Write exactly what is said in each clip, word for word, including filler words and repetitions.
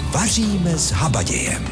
Vaříme s habadějem.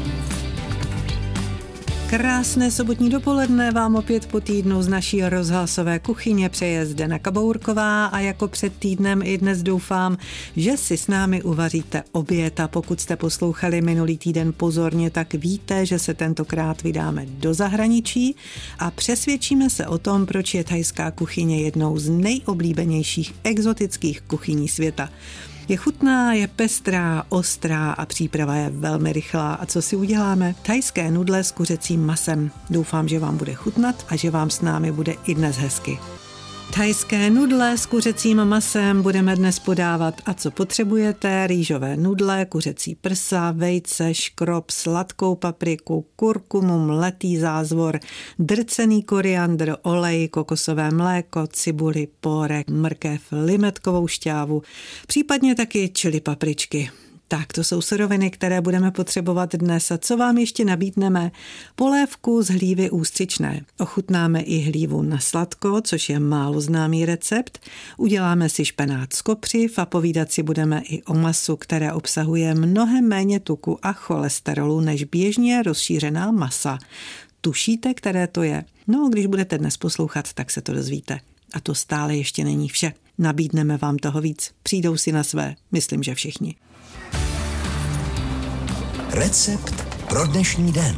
Krásné sobotní dopoledne vám opět po týdnu z naší rozhlasové kuchyně přeje Zdena Kabourková a jako před týdnem i dnes doufám, že si s námi uvaříte oběd a pokud jste poslouchali minulý týden pozorně, tak víte, že se tentokrát vydáme do zahraničí a přesvědčíme se o tom, proč je thajská kuchyně jednou z nejoblíbenějších exotických kuchyní světa. Je chutná, je pestrá, ostrá a příprava je velmi rychlá. A co si uděláme? Thajské nudle s kuřecím masem. Doufám, že vám bude chutnat a že vám s námi bude i dnes hezky. Thajské nudle s kuřecím masem budeme dnes podávat a co potřebujete? Rýžové nudle, kuřecí prsa, vejce, škrob, sladkou papriku, kurkumu, mletý zázvor, drcený koriandr, olej, kokosové mléko, cibuli, pórek, mrkev, limetkovou šťávu, případně taky čili papričky. Tak, to jsou suroviny, které budeme potřebovat dnes. A co vám ještě nabídneme? Polévku z hlívy ústřičné. Ochutnáme i hlívu na sladko, což je málo známý recept. Uděláme si špenát z kopřiv a povídat si budeme i o masu, které obsahuje mnohem méně tuku a cholesterolu než běžně rozšířená masa. Tušíte, které to je? No, když budete dnes poslouchat, tak se to dozvíte. A to stále ještě není vše. Nabídneme vám toho víc. Přijdou si na své. Myslím, že všichni. Recept pro dnešní den.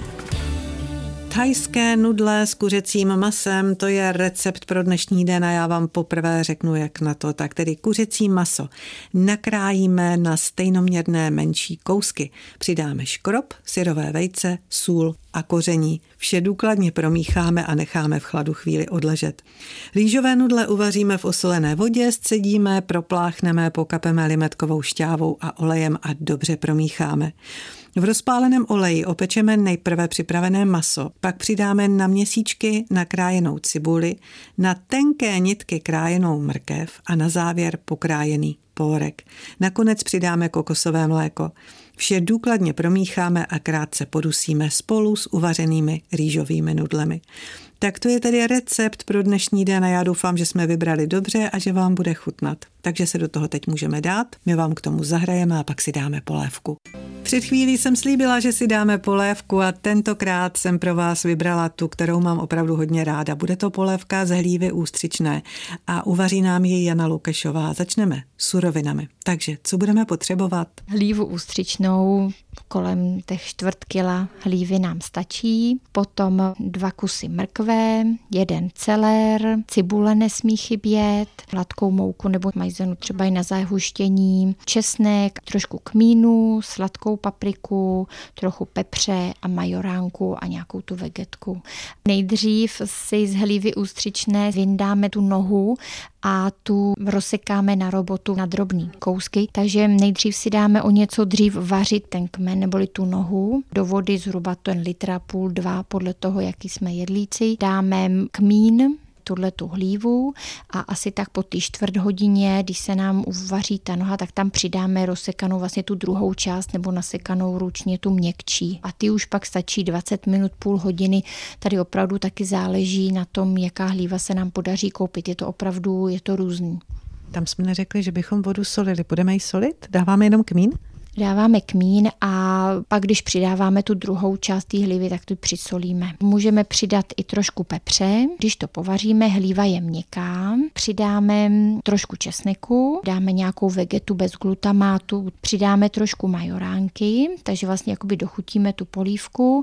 Thajské nudle s kuřecím masem, to je recept pro dnešní den a já vám poprvé řeknu, jak na to. Tak tedy kuřecí maso nakrájíme na stejnoměrné menší kousky. Přidáme škrob, syrové vejce, sůl a koření. Vše důkladně promícháme a necháme v chladu chvíli odležet. Rýžové nudle uvaříme v osolené vodě, scedíme, propláchneme, pokapeme limetkovou šťávou a olejem a dobře promícháme. V rozpáleném oleji opečeme nejprve připravené maso, pak přidáme na měsíčky nakrájenou cibuli, na tenké nitky krájenou mrkev a na závěr pokrájený pórek. Nakonec přidáme kokosové mléko. Vše důkladně promícháme a krátce podusíme spolu s uvařenými rýžovými nudlemi. Tak to je tedy recept pro dnešní den a já doufám, že jsme vybrali dobře a že vám bude chutnat. Takže se do toho teď můžeme dát, my vám k tomu zahrajeme a pak si dáme polévku. Před chvílí jsem slíbila, že si dáme polévku a tentokrát jsem pro vás vybrala tu, kterou mám opravdu hodně ráda. Bude to polévka z hlívy ústřičné a uvaří nám ji Jana Lukešová. Začneme surovinami. Takže, co budeme potřebovat? Hlívu ústřičnou kolem těch čtvrt kila hlívy nám stačí, potom dva kusy mrkve, jeden celer, cibule nesmí chybět, hladkou mouku nebo majzenu třeba i na zahuštění, česnek, trošku kmínu, sladkou papriku, trochu pepře a majoránku a nějakou tu vegetku. Nejdřív si z hlívy ústřičné vyndáme tu nohu a tu rozsekáme na robotu na drobný kousky, takže nejdřív si dáme o něco dřív vařit ten kmen neboli tu nohu do vody zhruba ten litra půl, dva podle toho, jaký jsme jedlíci. Dáme kmín, tuhle tu hlívu a asi tak po té čtvrt hodině, když se nám uvaří ta noha, tak tam přidáme rozsekanou vlastně tu druhou část nebo nasekanou ručně tu měkčí. A ty už pak stačí dvacet minut, půl hodiny. Tady opravdu taky záleží na tom, jaká hlíva se nám podaří koupit. Je to opravdu, je to různý. Tam jsme neřekli, že bychom vodu solili. Budeme ji solit? Dáváme jenom kmín? Dáváme kmín a pak, když přidáváme tu druhou část té hlívy, tak tu přisolíme. Můžeme přidat i trošku pepře. Když to povaříme, hlíva je měkká. Přidáme trošku česneku, dáme nějakou vegetu bez glutamátu, přidáme trošku majoránky, takže vlastně jakoby dochutíme tu polívku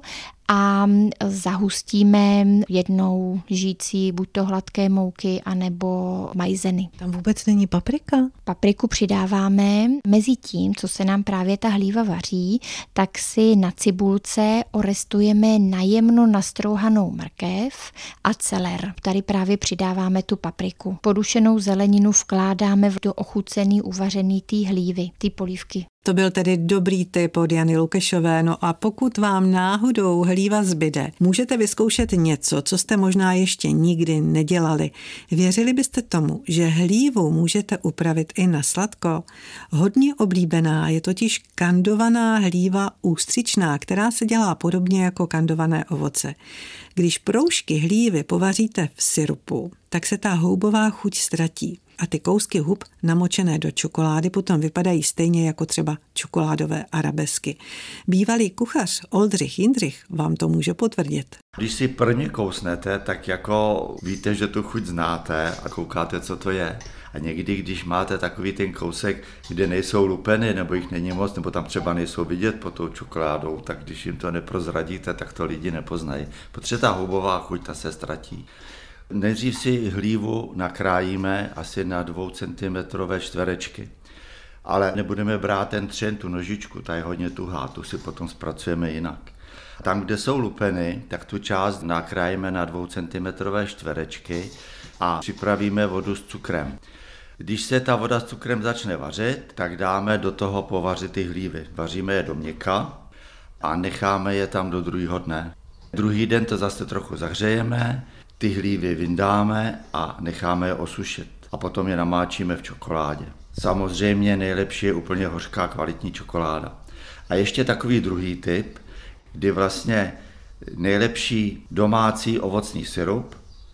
a zahustíme jednou lžící buď to hladké mouky, anebo majzeny. Tam vůbec není paprika? Papriku přidáváme mezi tím, co se nám právě ta hlíva vaří, tak si na cibulce orestujeme najemno nastrouhanou mrkev a celer. Tady právě přidáváme tu papriku. Podušenou zeleninu vkládáme do ochucený uvařený té hlívy, té polívky. To byl tedy dobrý tip od Jany Lukešové. No a pokud vám náhodou hlíva zbyde, můžete vyzkoušet něco, co jste možná ještě nikdy nedělali. Věřili byste tomu, že hlívu můžete upravit i na sladko? Hodně oblíbená je totiž kandovaná hlíva ústřičná, která se dělá podobně jako kandované ovoce. Když proužky hlívy povaříte v sirupu, tak se ta houbová chuť ztratí. A ty kousky hub namočené do čokolády potom vypadají stejně jako třeba čokoládové arabesky. Bývalý kuchař Oldřich Jindřich vám to může potvrdit. Když si prvně kousnete, tak jako víte, že tu chuť znáte a koukáte, co to je. A někdy, když máte takový ten kousek, kde nejsou lupeny, nebo jich není moc, nebo tam třeba nejsou vidět pod tou čokoládou, tak když jim to neprozradíte, tak to lidi nepoznají. Protože ta hubová chuť, ta se ztratí. Nejdřív si hlívu nakrájíme asi na dvoucentimetrové čtverečky. Ale nebudeme brát ten třen, tu nožičku, ta je hodně tuhá, tu si potom zpracujeme jinak. Tam, kde jsou lupeny, tak tu část nakrájíme na dvoucentimetrové čtverečky a připravíme vodu s cukrem. Když se ta voda s cukrem začne vařit, tak dáme do toho povařit ty hlívy. Vaříme je do měka a necháme je tam do druhého dne. Druhý den to zase trochu zahřejeme, ty hlívy vyndáme a necháme je osušit. A potom je namáčíme v čokoládě. Samozřejmě nejlepší je úplně hořká kvalitní čokoláda. A ještě takový druhý typ, kdy vlastně nejlepší domácí ovocný sirup,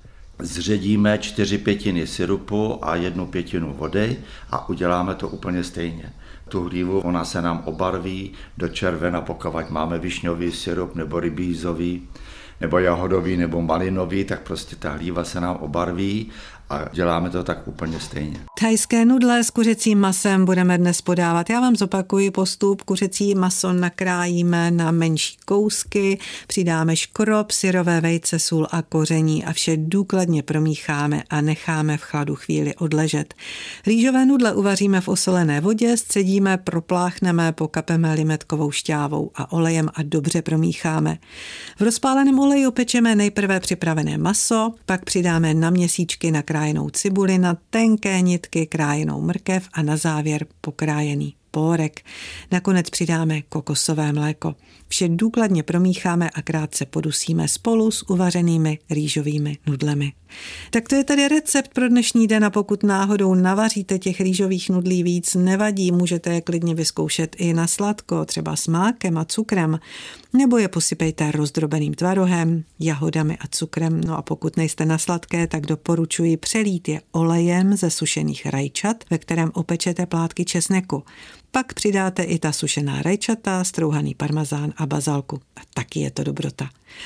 zředíme čtyři pětiny sirupu a jednu pětinu vody a uděláme to úplně stejně. Tu hlívu, ona se nám obarví do červena, pokud máme višňový sirup nebo rybízový, nebo jahodový, nebo malinový, tak prostě ta hlíva se nám obarví a děláme to tak úplně stejně. Thajské nudle s kuřecím masem budeme dnes podávat. Já vám zopakuji postup. Kuřecí maso nakrájíme na menší kousky, přidáme škrob, syrové vejce, sůl a koření a vše důkladně promícháme a necháme v chladu chvíli odležet. Rýžové nudle uvaříme v osolené vodě, scedíme, propláchneme, pokapeme limetkovou šťávou a olejem a dobře promícháme. V rozpáleném oleji opečeme nejprve připravené maso, pak přidáme na měsíčky nakrájenou cibuli, na tenké nitky krájenou mrkev a na závěr pokrájený pórek. Nakonec přidáme kokosové mléko. Vše důkladně promícháme a krátce podusíme spolu s uvařenými rýžovými nudlemi. Tak to je tady recept pro dnešní den a pokud náhodou navaříte těch rýžových nudlí víc, nevadí, můžete je klidně vyzkoušet i na sladko, třeba s mákem a cukrem, nebo je posypejte rozdrobeným tvarohem, jahodami a cukrem. No a pokud nejste na sladké, tak doporučuji přelít je olejem ze sušených rajčat, ve kterém opečete plátky česneku. Pak přidáte i ta sušená rajčata, strouhaný parmazán a bazalku. A taky je to dobrota.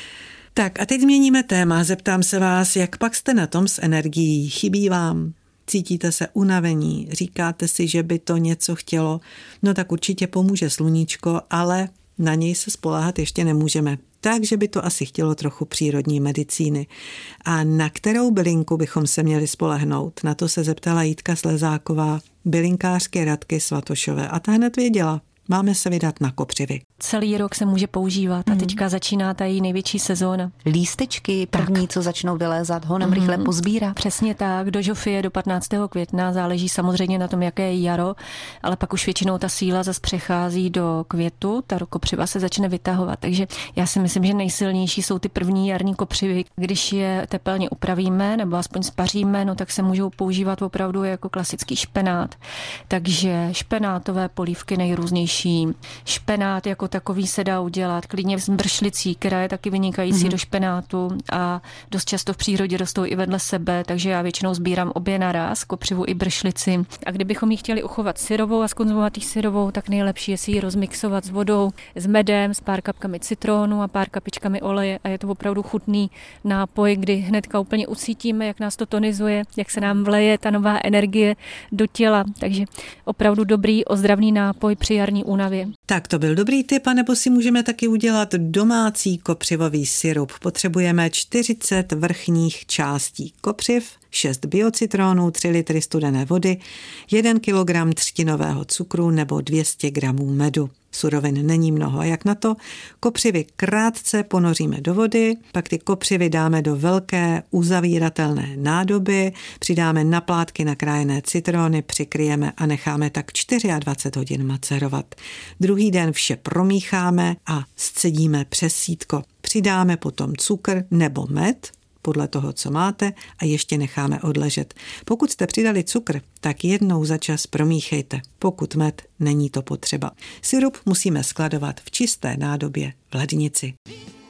Tak a teď změníme téma. Zeptám se vás, jak pak jste na tom s energií? Chybí vám? Cítíte se unavení? Říkáte si, že by to něco chtělo? No tak určitě pomůže sluníčko, ale na něj se spoléhat ještě nemůžeme. Takže by to asi chtělo trochu přírodní medicíny. A na kterou bylinku bychom se měli spolehnout? Na to se zeptala Jitka Slezáková, bylinkářky Radky Svatošové. A ta hned věděla. Máme se vydat na kopřivy. Celý rok se může používat a teďka začíná ta její největší sezóna. Lístečky první, tak. Co začnou vylézat, honem mm-hmm. rychle pozbírá. Přesně tak, do žofie do patnáctého května, záleží samozřejmě na tom, jaké je jaro, ale pak už většinou ta síla zase přechází do květu, ta kopřiva se začne vytahovat, takže já si myslím, že nejsilnější jsou ty první jarní kopřivy. Když je tepelně upravíme nebo aspoň spaříme, no tak se můžou používat opravdu jako klasický špenát. Takže špenátové polívky nejrůznější, špenát jako takový se dá udělat, klidně s bršlicí, která je taky vynikající mm-hmm. do špenátu a dost často v přírodě rostou i vedle sebe, takže já většinou sbírám obě naraz, kopřivu i bršlici. A kdybychom ji chtěli uchovat syrovou a zkonzumovat ji syrovou, tak nejlepší je si ji rozmixovat s vodou, s medem, s pár kapkami citrónu a pár kapičkami oleje a je to opravdu chutný nápoj, kdy hnedka úplně ucítíme, jak nás to tonizuje, jak se nám vleje ta nová energie do těla, takže opravdu dobrý ozdravný nápoj při jarní únavě. Tak to byl dobrý tip, anebo si můžeme taky udělat domácí kopřivový sirup. Potřebujeme čtyřicet vrchních částí kopřiv, šest biocitronů, tři litry studené vody, jeden kilogram třtinového cukru nebo dvě stě gramů medu. Surovin není mnoho. A jak na to? Kopřivy krátce ponoříme do vody, pak ty kopřivy dáme do velké uzavíratelné nádoby, přidáme na plátky nakrájené citrony, přikryjeme a necháme tak dvacet čtyři hodin macerovat. Druhý den vše promícháme a scedíme přes sítko. Přidáme potom cukr nebo med, podle toho, co máte, a ještě necháme odležet. Pokud jste přidali cukr, tak jednou za čas promíchejte. Pokud med, není to potřeba. Sirup musíme skladovat v čisté nádobě v lednici.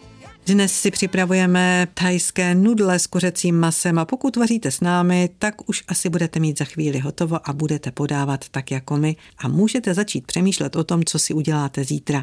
Dnes si připravujeme thajské nudle s kuřecím masem a pokud vaříte s námi, tak už asi budete mít za chvíli hotovo a budete podávat tak jako my a můžete začít přemýšlet o tom, co si uděláte zítra.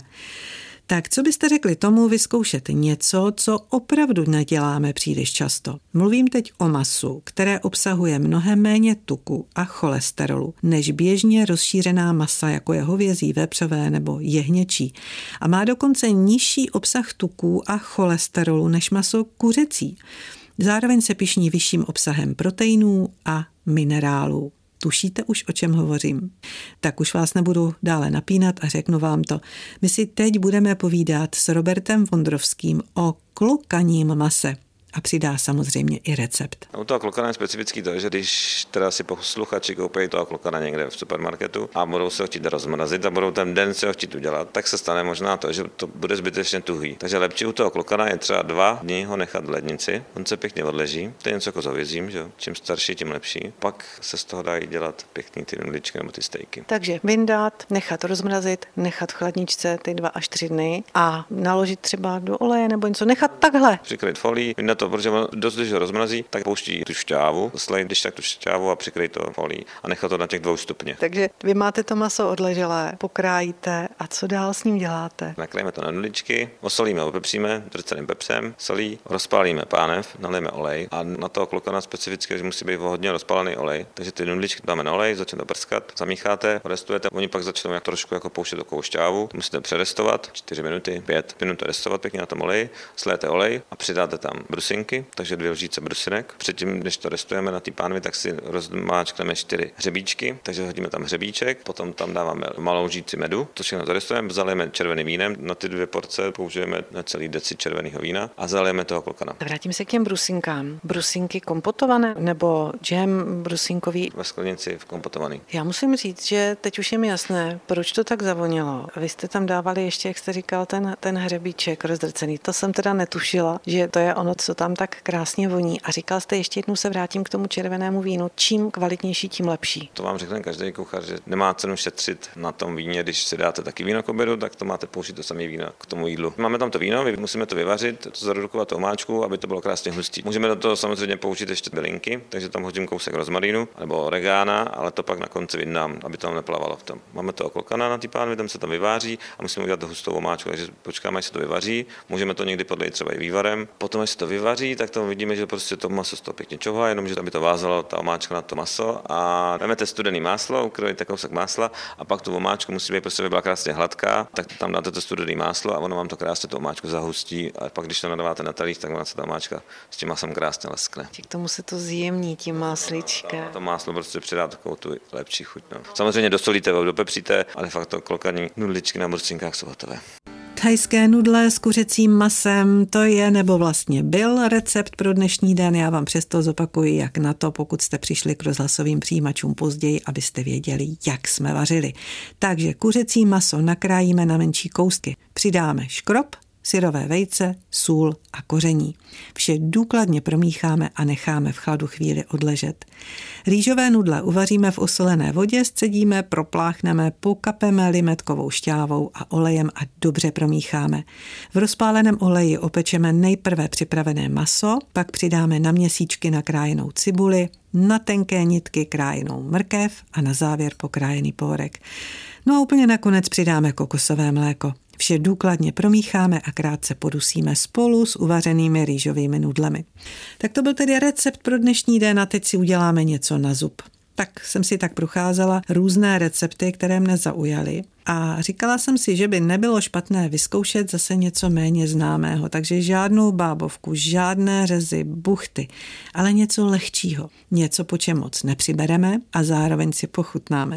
Tak co byste řekli tomu vyzkoušet něco, co opravdu neděláme příliš často? Mluvím teď o masu, které obsahuje mnohem méně tuku a cholesterolu než běžně rozšířená masa, jako je hovězí, vepřové nebo jehněčí. A má dokonce nižší obsah tuků a cholesterolu než maso kuřecí. Zároveň se pyšní vyšším obsahem proteinů a minerálů. Tušíte už, o čem hovořím? Tak už vás nebudu dále napínat a řeknu vám to. My si teď budeme povídat s Robertem Vondrovským o klokaním mase. A přidá samozřejmě i recept. U toho klokana je specifický to, že když teda si posluchači koupí toho klokana někde v supermarketu a budou se ho chtít rozmrazit a budou ten den se ho chtít udělat, tak se stane možná to, že to bude zbytečně tuhý. Takže lepší u toho klokana je třeba dva dny ho nechat v lednici, on se pěkně odleží, to je něco jako zavězím, že čím starší, tím lepší. Pak se z toho dají dělat pěkný ty nudličky nebo ty stejky. Takže vyndat, nechat rozmrazit, nechat v chladničce ty dva až tři dny a naložit třeba do oleje nebo něco, nechat takhle. Přikryt folí, vyndat to, protože dost, když ho rozmrazí, tak pouští tu šťávu, slej, když tak tu šťávu a přikryj to folí a nechat to na těch dvou stupně. Takže vy máte to maso odleželé, pokrájíte a co dál s ním děláte? Nakrájeme to na nudličky, osolíme, opepříme drceným pepřem, solí, rozpálíme pánev, nalijeme olej a na toho klokana specificky, že musí být hodně rozpálený olej, takže ty nudličky dáme na olej, začne to prskat, zamícháte, restujete, oni pak začnou jak trošku jako pouštět takovou šťávu, musíte přerestovat čtyři minuty, pět minut restovat pěkně na tom oleji, sléte olej a přidáte tam brusinky, takže dvě lžíce brusinek. Předtím, než to restujeme na té pánvi, tak si rozmáčkneme čtyři hřebíčky, takže hodíme tam hřebíček, potom tam dáváme malou lžíci medu, to všechno to restujeme, zalijeme červeným vínem, na ty dvě porce použijeme celý deci červeného vína a zalijeme toho klokana. Vrátím se k těm brusinkám. Brusinky kompotované nebo džem brusinkový? Ve sklenici kompotovaný. Já musím říct, že teď už je mi jasné, proč to tak zavonilo. Vy jste tam dávali ještě, jak jste říkal, ten, ten hřebíček rozdrcený. To jsem teda netušila, že to je ono, co tam tak krásně voní. A říkal jste, ještě jednou se vrátím k tomu červenému vínu. Čím kvalitnější, tím lepší. To vám řekne každý kuchař, že nemá cenu šetřit na tom víně, když si dáte taky víno k obědu, tak to máte použít to samé víno k tomu jídlu. Máme tam to víno, musíme to vyvařit, to zaredukovat omáčku, aby to bylo krásně hustý. Můžeme do toho samozřejmě použít ještě bylinky, takže tam hodím kousek rozmarínu nebo oregána, ale to pak na konci vyndám, aby to neplavalo v tom. Máme to klokana na té pánvi, tam se to vyváří a musíme udělat hustou omáčku, takže počkáme, až se to vyvaří. Můžeme to někdy podlejt třeba i vývarem. Potom, až se to vyvaří, tak to vidíme, že prostě to maso z toho pěkně čouhá, jenomže aby to vázalo ta omáčka na to maso a dáte studený máslo, ukrojíte kousek másla a pak tu omáčku musí být prostě, aby byla krásně hladká, tak tam dáte to studený máslo a ono vám to krásně tu omáčku zahustí a pak když to nadáváte na talíř, tak vám se ta omáčka s tím masem krásně leskne. K tomu se to zjemní tím másličkem. To máslo prostě přidá takovou tu lepší chuť. No. Samozřejmě dosolíte, dopepříte, ale fakt to klokaní nudličky na brusinkách jsou hotové. Thajské nudle s kuřecím masem, to je nebo vlastně byl recept pro dnešní den. Já vám přesto zopakuji, jak na to, pokud jste přišli k rozhlasovým přijímačům později, abyste věděli, jak jsme vařili. Takže kuřecí maso nakrájíme na menší kousky. Přidáme škrob, syrové vejce, sůl a koření. Vše důkladně promícháme a necháme v chladu chvíli odležet. Rýžové nudle uvaříme v osolené vodě, scedíme, propláchneme, pokapeme limetkovou šťávou a olejem a dobře promícháme. V rozpáleném oleji opečeme nejprve připravené maso, pak přidáme na měsíčky nakrájenou cibuli, na tenké nitky krájenou mrkev a na závěr pokrájený pórek. No a úplně nakonec přidáme kokosové mléko. Vše důkladně promícháme a krátce podusíme spolu s uvařenými rýžovými nudlemi. Tak to byl tedy recept pro dnešní den a teď si uděláme něco na zub. Tak jsem si tak procházela různé recepty, které mne zaujaly a říkala jsem si, že by nebylo špatné vyzkoušet zase něco méně známého, takže žádnou bábovku, žádné řezy, buchty, ale něco lehčího, něco, po čem moc nepřibereme a zároveň si pochutnáme.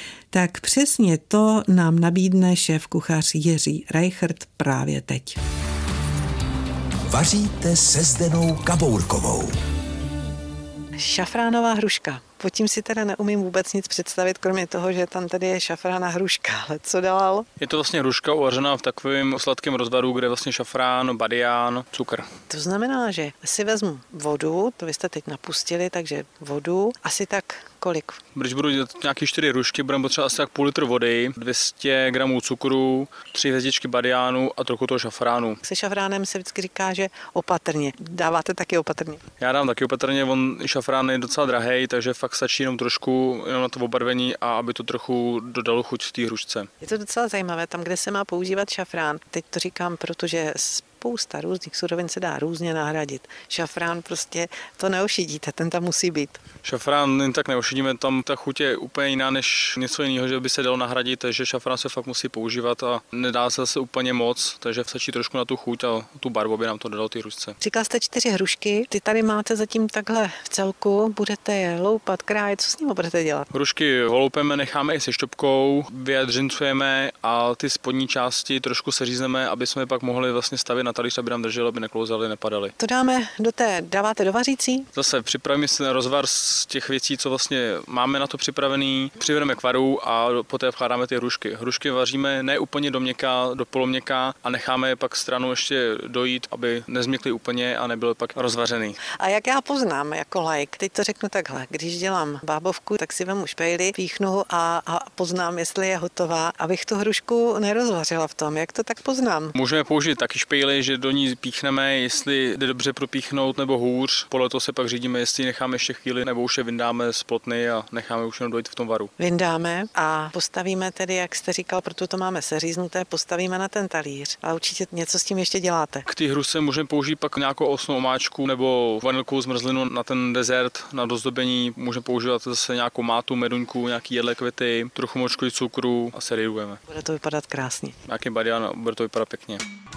Tak přesně to nám nabídne šéfkuchař Jiří Reichert právě teď. Vaříte se Zdenou Kabourkovou. Šafránová hruška. Pod tím si teda neumím vůbec nic představit, kromě toho, že tam tady je šafrán a hruška. Ale co dál? Je to vlastně hruška uvařená v takovém sladkém rozvaru, kde je vlastně šafrán, badián, cukr. To znamená, že si vezmu vodu, to vy jste teď napustili, takže vodu, asi tak kolik? Když budu dělat nějaké čtyři hrušky, budeme potřebovat asi tak půl litr vody, dvě stě gramů cukru, tři hvězdičky badiánu a trochu toho šafránu. Se šafránem se vždycky říká, že opatrně. Dáváte taky opatrně? Já dám taky opatrně, on šafrán je docela drahej, takže fakt stačí jenom trošku jenom na to obarvení a aby to trochu dodalo chuť v té hrušce. Je to docela zajímavé, tam, kde se má používat šafrán. Teď to říkám, protože spousta různých surovin se dá různě nahradit. Šafrán prostě to neošidíte, ten tam musí být. Šafrán jen tak neošidíme, tam ta chuť je úplně jiná než něco jiného, že by se dalo nahradit, takže šafrán se fakt musí používat a nedá se zase úplně moc, takže stačí trošku na tu chuť a tu barvu, aby nám to dodalo ty hrušce. Říkal jste čtyři hrušky, ty tady máte zatím takhle v celku, budete je loupat, krájet, co s nimi budete dělat? Hrušky holoupeme, necháme i se štopkou, vyjadřincujeme a ty spodní části trošku seřízneme, aby jsme pak mohli vlastně stavit na talíř, aby nám drželi, aby neklouzaly, nepadaly. To dáme do té, dáváte do vařící? Zase připravíme si ten rozvar z těch věcí, co vlastně máme na to připravený, přivedeme k varu a poté vkládáme ty hrušky. Hrušky vaříme ne úplně do měkká, do poloměkká a necháme je pak stranu ještě dojít, aby nezměkly úplně a nebyly pak rozvařený. A jak já poznám jako laik, teď to řeknu takhle, když dělám bábovku, tak si vemu špejli, píchnu a, a poznám, jestli je hotová, abych tu hrušku nerozvařila v tom. Jak to tak poznám? Můžeme použít taky špejli, že do ní píchneme, jestli jde dobře propíchnout nebo hůř. Podle toho se pak řídíme, jestli necháme ještě chvíli nebo už je vyndáme z plotny a necháme už jenom dojít v tom varu. Vyndáme a postavíme tedy, jak jste říkal, proto to máme seříznuté, postavíme na ten talíř. A určitě něco s tím ještě děláte. K té hrušce můžeme použít pak nějakou osnou omáčku nebo vanilkovou zmrzlinu na ten dezert, na dozdobení. Můžeme používat zase nějakou mátu, meduňku, nějaký jedlé květy, trochu močkový cukru a servírujeme. Bude to vypadat krásně. Nějaký badián a bude to vypadat pěkně.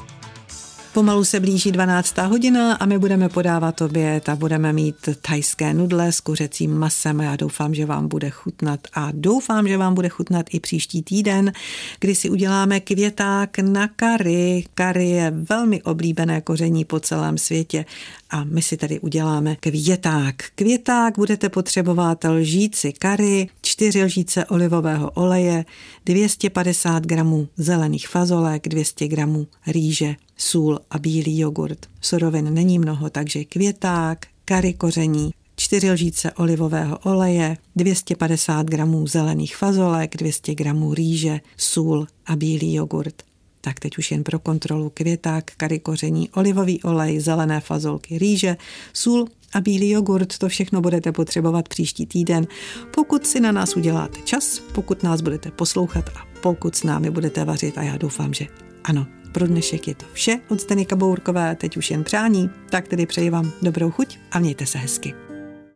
Pomalu se blíží dvanáctá hodina a my budeme podávat oběd a budeme mít thajské nudle s kuřecím masem a já doufám, že vám bude chutnat a doufám, že vám bude chutnat i příští týden, kdy si uděláme květák na kari. Kari je velmi oblíbené koření po celém světě a my si tady uděláme květák. Květák budete potřebovat lžíci kari, čtyři lžíce olivového oleje, dvě stě padesát gramů zelených fazolek, dvě stě gramů rýže, sůl a bílý jogurt. Surovin není mnoho, takže květák, kari koření, čtyři lžíce olivového oleje, dvě stě padesát gramů zelených fazolek, dvě stě gramů rýže, sůl a bílý jogurt. Tak teď už jen pro kontrolu květák, kari koření, olivový olej, zelené fazolky, rýže, sůl a bílý jogurt. To všechno budete potřebovat příští týden, pokud si na nás uděláte čas, pokud nás budete poslouchat a pokud s námi budete vařit a já doufám, že ano. Pro dnešek je to vše od Zdeny Kabourkové, teď už jen přání, tak tedy přeji vám dobrou chuť a mějte se hezky.